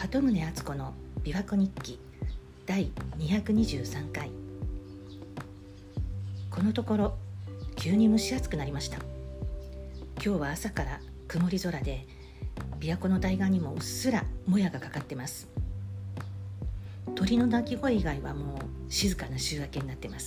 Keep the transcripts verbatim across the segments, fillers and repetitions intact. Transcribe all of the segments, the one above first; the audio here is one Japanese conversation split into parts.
鳩宗敦子の琵琶湖日記だいにひゃくにじゅうさんかい。このところ急に蒸し暑くなりました。今日は朝から曇り空で、琵琶湖の対岸にもうっすらもやがかかってます。鳥の鳴き声以外はもう静かな週明けになってます。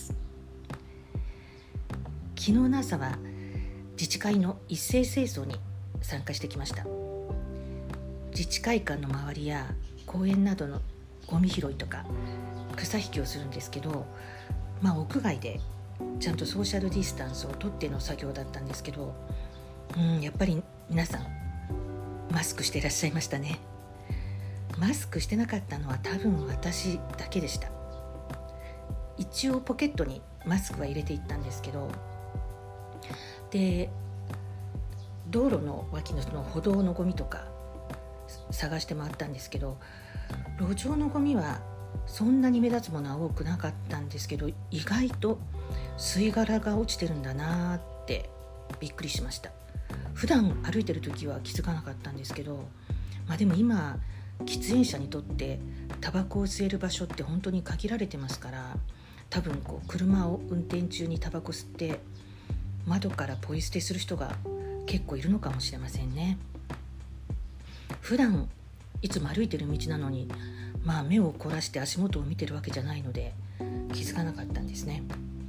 昨日の朝は自治会の一斉清掃に参加してきました。自治会館の周りや公園などのゴミ拾いとか草引きをするんですけど、まあ屋外でちゃんとソーシャルディスタンスをとっての作業だったんですけど、うんやっぱり皆さんマスクしていらっしゃいましたね。マスクしてなかったのは多分私だけでした。一応ポケットにマスクは入れていったんですけど、で道路の脇のその歩道のゴミとか探して回ったんですけど、路上のゴミはそんなに目立つものは多くなかったんですけど、意外と吸い殻が落ちてるんだなってびっくりしました。普段歩いてる時は気づかなかったんですけど、まあでも今喫煙者にとってタバコを吸える場所って本当に限られてますから、多分こう車を運転中にタバコ吸って窓からポイ捨てする人が結構いるのかもしれませんね。普段いつも歩いてる道なのに、まあ目を凝らして足元を見てるわけじゃないので気づかなかったんですね。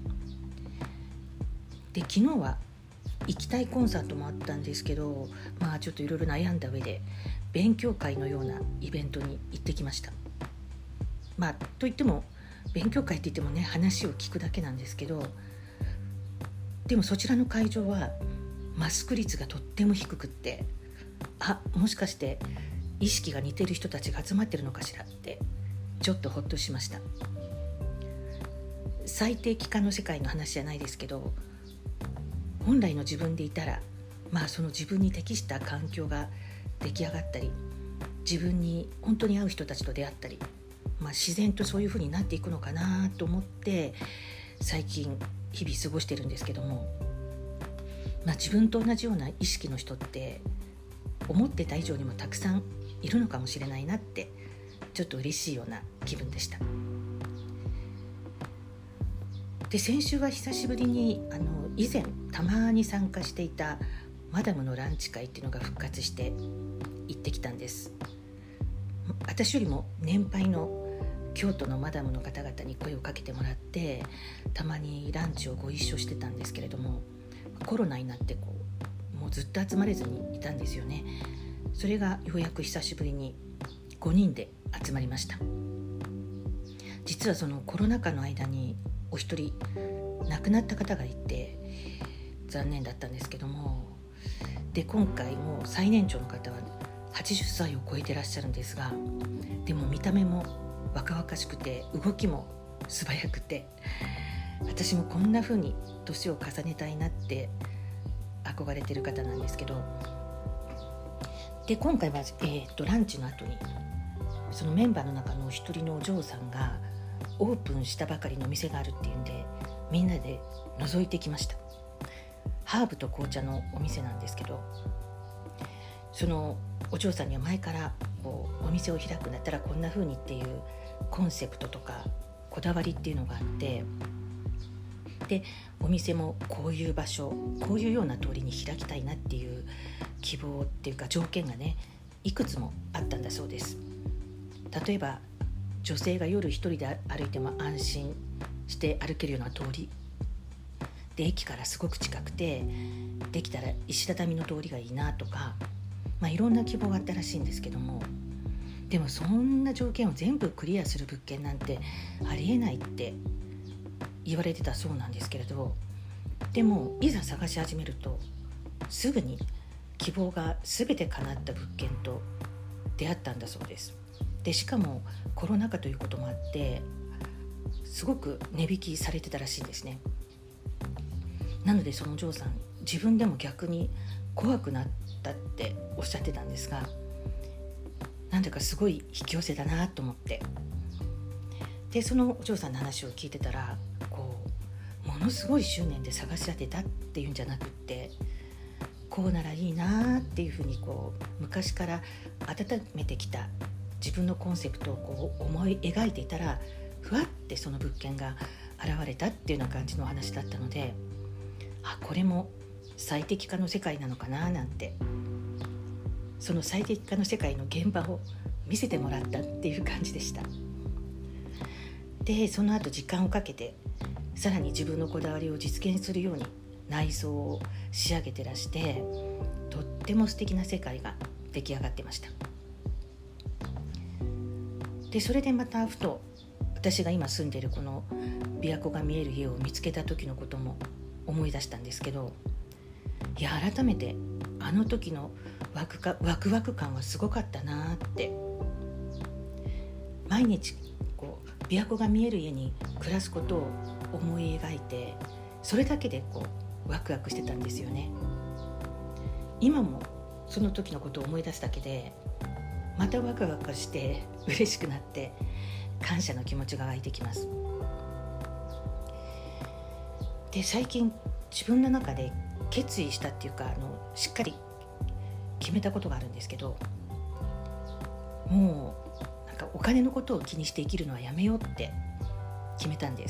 で昨日は行きたいコンサートもあったんですけど、まあちょっといろいろ悩んだ上で勉強会のようなイベントに行ってきました。まあといっても勉強会って言ってもね、話を聞くだけなんですけど、でもそちらの会場はマスク率がとっても低くって、あ、もしかして意識が似てる人たちが集まってるのかしらってちょっとほっとしました。最適化の世界の話じゃないですけど、本来の自分でいたら、まあその自分に適した環境が出来上がったり、自分に本当に合う人たちと出会ったり、まあ自然とそういう風になっていくのかなと思って最近日々過ごしてるんですけども、まあ自分と同じような意識の人って思ってた以上にもたくさんいるのかもしれないなって、ちょっと嬉しいような気分でした。で先週は久しぶりにあの以前たまに参加していたマダムのランチ会っていうのが復活して行ってきたんです。私よりも年配の京都のマダムの方々に声をかけてもらって、たまにランチをご一緒してたんですけれども、コロナになってこうもうずっと集まれずにいたんですよね。それがようやく久しぶりにごにんで集まりました。実はそのコロナ禍の間にお一人亡くなった方がいて残念だったんですけども、で今回も最年長の方ははちじゅっさいを超えてらっしゃるんですが、でも見た目も若々しくて動きも素早くて、私もこんな風に年を重ねたいなって憧れてる方なんですけど、で今回は、えー、とランチの後にそのメンバーの中のお一人のお嬢さんがオープンしたばかりの店があるっていうんで、みんなで覗いてきました。ハーブと紅茶のお店なんですけど、そのお嬢さんには前からこうお店を開くんだったらこんな風にっていうコンセプトとかこだわりっていうのがあって、でお店もこういう場所、こういうような通りに開きたいなっていう希望っていうか条件がね、いくつもあったんだそうです。例えば女性が夜一人で歩いても安心して歩けるような通りで、駅からすごく近くてできたら石畳の通りがいいなとか、まあ、いろんな希望があったらしいんですけども、でもそんな条件を全部クリアする物件なんてありえないって言われてたそうなんですけれど、でもいざ探し始めるとすぐに希望が全て叶った物件と出会ったんだそうです。でしかもコロナ禍ということもあってすごく値引きされてたらしいんですね。なのでそのお嬢さん自分でも逆に怖くなったっておっしゃってたんですが、なんだかすごい引き寄せだなと思って、でそのお嬢さんの話を聞いてたら、こうものすごい執念で探し当てたっていうんじゃなくって、こうならいいなっていうふうにこう昔から温めてきた自分のコンセプトをこう思い描いていたら、ふわってその物件が現れたっていうような感じのお話だったので、あ、これも最適化の世界なのかななんて、その最適化の世界の現場を見せてもらったっていう感じでした。でその後時間をかけてさらに自分のこだわりを実現するように内装を仕上げてらして、とっても素敵な世界が出来上がってました。でそれでまたふと私が今住んでいるこの琵琶湖が見える家を見つけた時のことも思い出したんですけど、いや改めてあの時のワクかワクワク感はすごかったなって。毎日こう琵琶湖が見える家に暮らすことを思い描いて、それだけでこうワクワクしてたんですよね。今もその時のことを思い出すだけでまたワクワクして嬉しくなって感謝の気持ちが湧いてきます。で最近自分の中で決意したっていうか、あのしっかり決めたことがあるんですけど、もうなんかお金のことを気にして生きるのはやめようって決めたんです。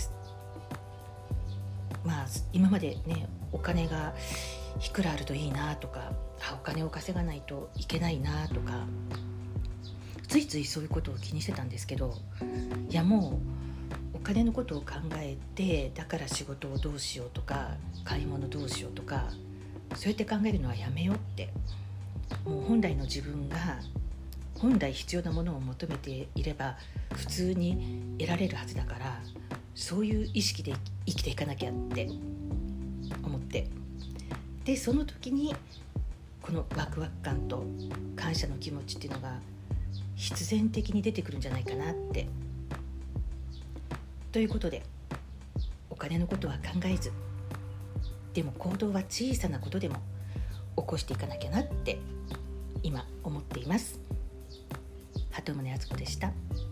まあ今までね、お金がいくらあるといいなとか、あお金を稼がないといけないなとか、ついついそういうことを気にしてたんですけど、いやもうお金のことを考えて、だから仕事をどうしようとか買い物どうしようとか、そうやって考えるのはやめようって、もう本来の自分が本来必要なものを求めていれば普通に得られるはずだから、そういう意識で生きていかなきゃって思って、でその時にこのワクワク感と感謝の気持ちっていうのが必然的に出てくるんじゃないかなって。ということで、お金のことは考えず、でも行動は小さなことでも起こしていかなきゃなって今思っています。鳩宗敦子でした。